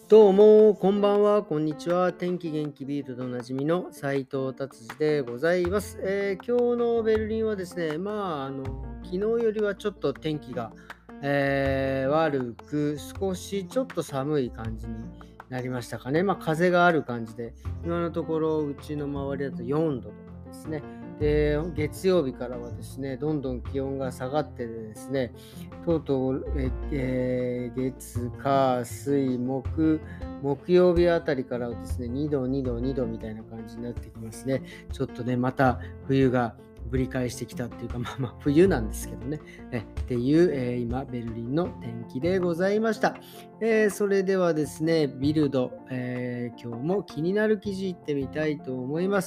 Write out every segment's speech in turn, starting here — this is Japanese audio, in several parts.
どうも、こんばんは、こんにちは。天気元気ビートでおなじみの斉藤達治でございます。今日のベルリンはですね、昨日よりはちょっと天気が、悪く、少しちょっと寒い感じになりましたかね。風がある感じで、今のところうちの周りだと4度とかですね。で、月曜日からはですね、どんどん気温が下がってですね、とうとう、月、火、水、木曜日あたりからはですね、2度、2度、2度みたいな感じになってきますね。ちょっとね、また冬がぶり返してきたっていうか、冬なんですけどね、っていう、今、ベルリンの天気でございました。それではですね、ビルド、今日も気になる記事いってみたいと思います。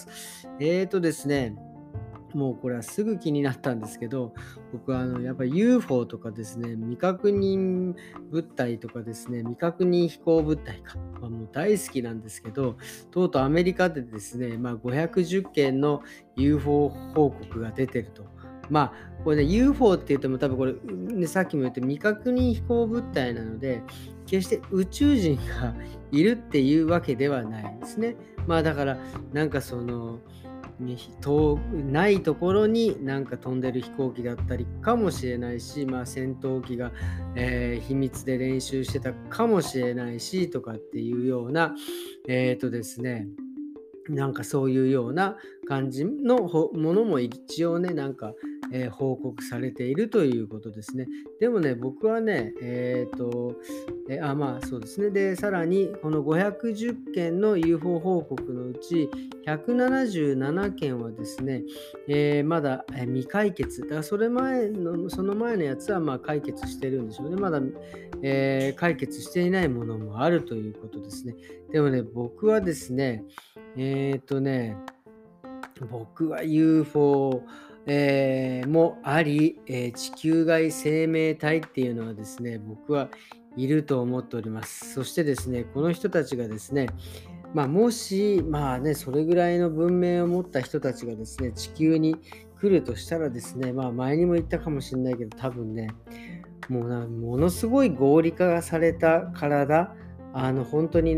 ですね、もうこれはすぐ気になったんですけど、僕はやっぱり UFO とかですね、未確認物体とかですね、未確認飛行物体はもう大好きなんですけど、とうとうアメリカでですね、510件の UFO 報告が出てると。これね、UFO って言っても多分これ、ね、さっきも言った未確認飛行物体なので、決して宇宙人がいるっていうわけではないですね。だから、なんかその、ないところになんか飛んでる飛行機だったりかもしれないし、戦闘機が、秘密で練習してたかもしれないしとかっていうような、ですね、なんかそういうような感じのものも一応ね、報告されているということですね。でもね、僕はね、そうですね。で、さらにこの510件の UFO 報告のうち177件はですね、まだ未解決。だからその前のやつは解決してるんでしょうね。まだ、解決していないものもあるということですね。でもね、僕はですね、えーとね、僕は UFO、もあり、地球外生命体っていうのはですね、僕はいると思っております。そしてですね、この人たちがですね、もし、それぐらいの文明を持った人たちがですね、地球に来るとしたらですね、前にも言ったかもしれないけど、多分ね、ものすごい合理化された体、本当に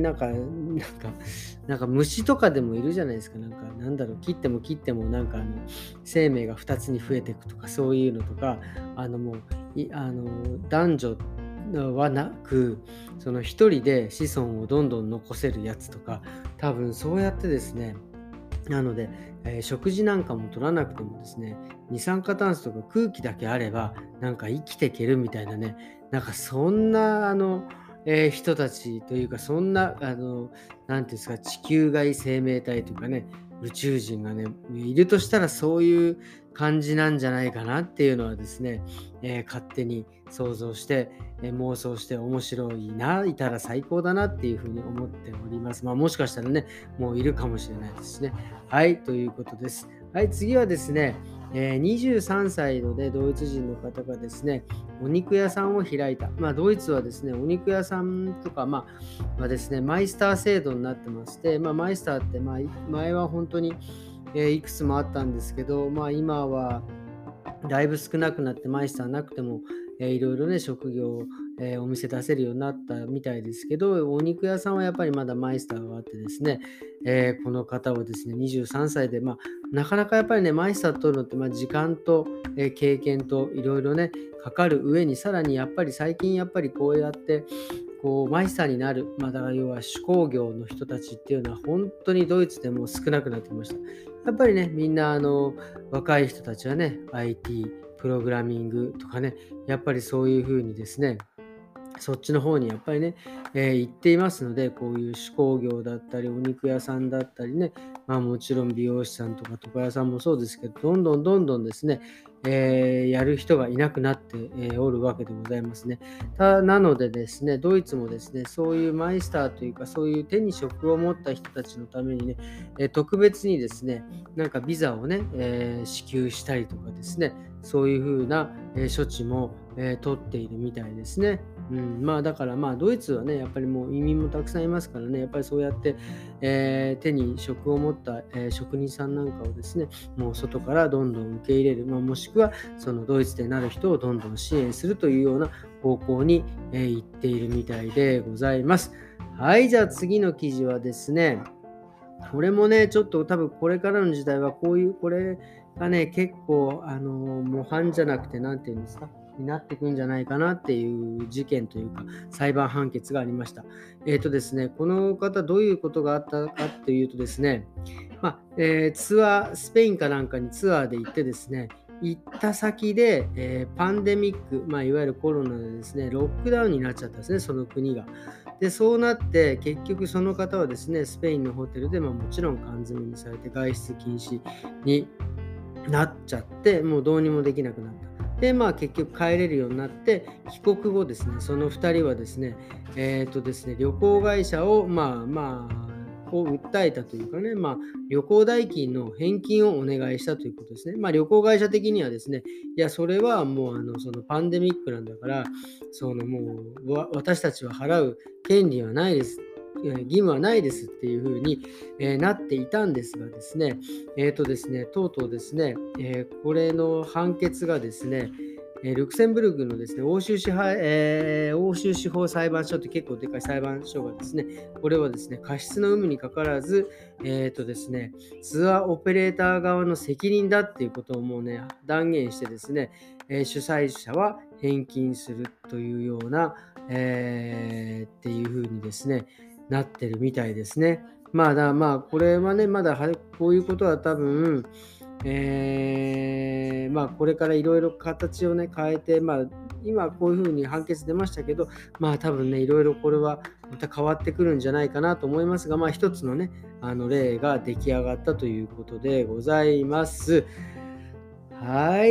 虫とかでもいるじゃないですか。切っても切っても生命が2つに増えていくとか、そういうのとか、もう、男女はなく、その一人で子孫をどんどん残せるやつとか、多分そうやってですね、なので、食事なんかも取らなくてもですね、二酸化炭素とか空気だけあれば、生きていけるみたいなね、そんな人たちというか、そんななんていうんですか、地球外生命体というかね、宇宙人がね、いるとしたらそういう感じなんじゃないかなっていうのはですね、勝手に想像して、妄想して面白いな、いたら最高だなっていうふうに思っております。もしかしたらね、もういるかもしれないですね。はい、ということです。はい、次はですね、23歳の、ドイツ人の方がですね、お肉屋さんを開いた。ドイツはですね、お肉屋さんとか、はですね、マイスター制度になってまして、マイスターって、前は本当に、いくつもあったんですけど、今はだいぶ少なくなってマイスターなくても、いろいろね、職業、お店出せるようになったみたいですけど、お肉屋さんはやっぱりまだマイスターがあってですね、この方はですね、23歳で、なかなかやっぱりね、マイスター取るのって、時間と、経験といろいろね、かかる上に、さらにやっぱり最近やっぱりこうやって、マイスターになる、だから要は手工業の人たちっていうのは本当にドイツでも少なくなってきました。やっぱりね、みんな若い人たちはね、IT、プログラミングとかね、やっぱりそういう風にですね、そっちの方にやっぱりね、行っていますので、こういう手工業だったり、お肉屋さんだったりね、もちろん美容師さんとか床屋さんもそうですけど、どんどんどんどんですね、やる人がいなくなって、おるわけでございますね。なのでですね、ドイツもですね、そういうマイスターというか、そういう手に職を持った人たちのためにね、特別にですね、ビザをね、支給したりとかですね、そういう風な、処置も、取っているみたいですね。だからドイツはね、やっぱりもう移民もたくさんいますからね、やっぱりそうやって、手に職を持った、職人さんなんかをですね、もう外からどんどん受け入れる、もしくはそのドイツでなる人をどんどん支援するというような方向に、行っているみたいでございます。 はい、じゃあ次の記事はですね、これもね、ちょっと多分これからの時代はこれがね、結構、模範じゃなくて、なんていうんですか、になってくんじゃないかなっていう事件というか、裁判判決がありました。ですね、この方どういうことがあったかっていうとですね、スペインかなんかにツアーで行ってですね、行った先で、パンデミック、いわゆるコロナでですね、ロックダウンになっちゃったんですね、その国が。で、そうなって結局その方はですね、スペインのホテルで、もちろん缶詰にされて外出禁止になっちゃって、もうどうにもできなくなった。で、結局帰れるようになって、帰国後ですね、その2人はですね、旅行会社を、訴えたというかね、旅行代金の返金をお願いしたということですね。旅行会社的にはですね、いや、それはもう、そのパンデミックなんだから、もう、私たちは払う権利はないです。義務はないですっていうふうに、なっていたんですがですね、とうとうですね、これの判決がですね、ルクセンブルクのですね、欧州司法裁判所って結構でかい裁判所がですね、これはですね、過失の有無にかかわらず、ですね、ツアーオペレーター側の責任だっていうことをもうね、断言してですね、主催者は返金するというような、っていうふうにですね、なってるみたいですね。これはね、まだこういうことは多分、これからいろいろ形をね、変えて、今こういうふうに判決出ましたけど、多分ね、いろいろこれはまた変わってくるんじゃないかなと思いますが、一つのね、例が出来上がったということでございます。はい、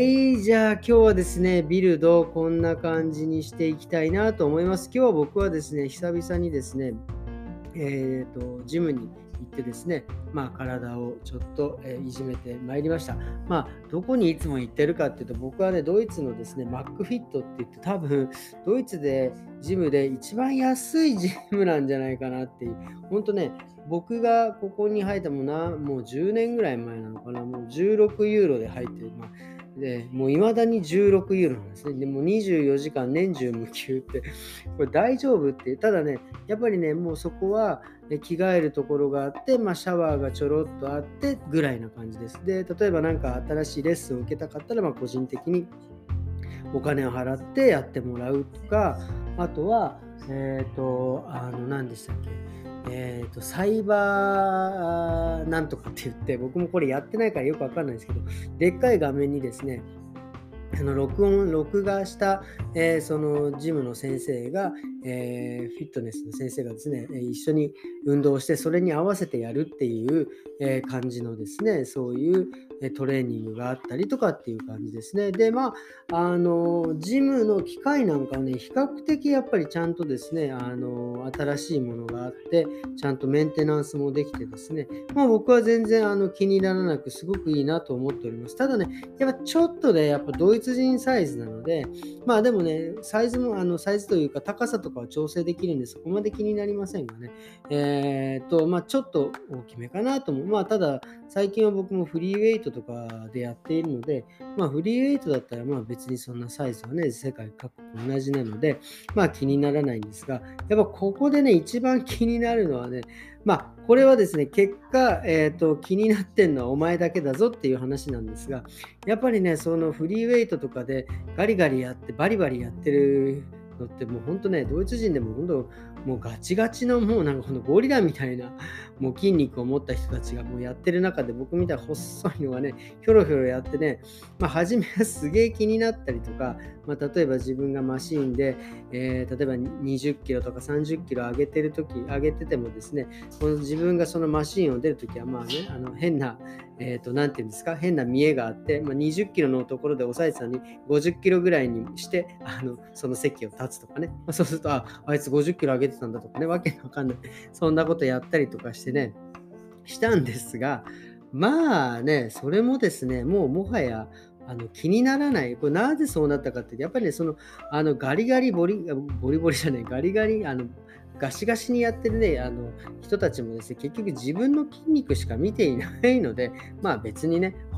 じゃあ今日はですね、ビルドこんな感じにしていきたいなと思います。今日は僕はですね、久々にですね、ジムに行ってですね、体をちょっと、いじめてまいりました。どこにいつも行ってるかっていうと、僕はね、ドイツのですね、マックフィットって言って、多分、ドイツでジムで一番安いジムなんじゃないかなっていう、ほんとね、僕がここに入ったもう10年ぐらい前なのかな、もう16ユーロで入ってる、で、もう未だに16ユーロなんですね。でも24時間年中無休って、これ大丈夫って、ただね、やっぱりね、もうそこは着替えるところがあって、シャワーがちょろっとあってぐらいな感じです。で、例えばなんか新しいレッスンを受けたかったら、個人的にお金を払ってやってもらうとか、あとは、何でしたっけ、サイバーなんとかって言って、僕もこれやってないからよくわかんないんですけど、でっかい画面にですね、録画した、そのジムの先生が、フィットネスの先生がですね、一緒に運動して、それに合わせてやるっていう、感じのですね、そういう、トレーニングがあったりとかっていう感じですね。で、ジムの機械なんかはね、比較的やっぱりちゃんとですね、新しいものがあって、ちゃんとメンテナンスもできてですね、僕は全然気にならなくすごくいいなと思っております。ただね、やっぱちょっとね、やっぱドイツ人サイズなので、でもね、サイズというか高さとかは調整できるんで、そこまで気になりませんがね。ちょっと大きめかなと思う。ただ、最近は僕もフリーウェイトとかでやっているので、フリーウェイトだったら別にそんなサイズはね、世界各国同じなので、気にならないんですが、やっぱここでね、一番気になるのはね、これはですね、結果、気になってんのはお前だけだぞっていう話なんですが、やっぱりね、そのフリーウェイトとかでガリガリやって、バリバリやってるのってもう本当ね、ドイツ人でも本当、もうガチガチのもうなんかこのゴリラみたいなもう筋肉を持った人たちがもうやってる中で、僕みたいな細いのがね、ひょろひょろやってね、初めはすげえ気になったりとか、例えば自分がマシーンで、例えば20キロとか30キロ上げててもですね、この自分がそのマシーンを出るときは変な、なんていうんですか、変な見栄があって、20キロのところで抑えてたのに50キロぐらいにしてその席を立つとかね、そうするとあいつ50キロ上げてたんだとかね、わけわかんない、そんなことやったりとかしてね、したんですが、それもですね、もはや気にならない。これなぜそうなったかって、やっぱりね、ガリガリボリボリじゃない、ガリガリ、ガシガシにやってるね、人たちもですね、結局自分の筋肉しか見ていないので、別にね、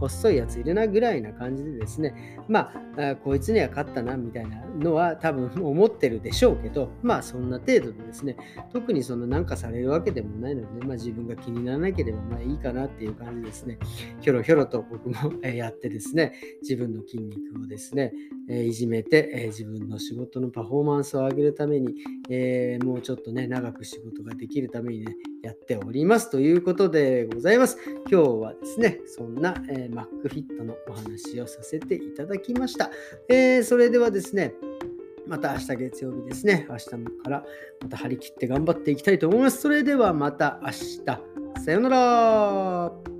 細いやついるなぐらいな感じでですね、こいつには勝ったなみたいなのは多分思ってるでしょうけど、そんな程度でですね、特にそのなんかされるわけでもないので、自分が気にならなければいいかなっていう感じですね。ひょろひょろと僕もやってですね、自分の筋肉をですね、いじめて、自分の仕事のパフォーマンスを上げるために、もうちょっとね、長く仕事ができるためにね、やっておりますということでございます。今日はですね、そんな、MacFit のお話をさせていただきました。それではですね、また明日月曜日ですね。明日からまた張り切って頑張っていきたいと思います。それではまた明日。さようなら。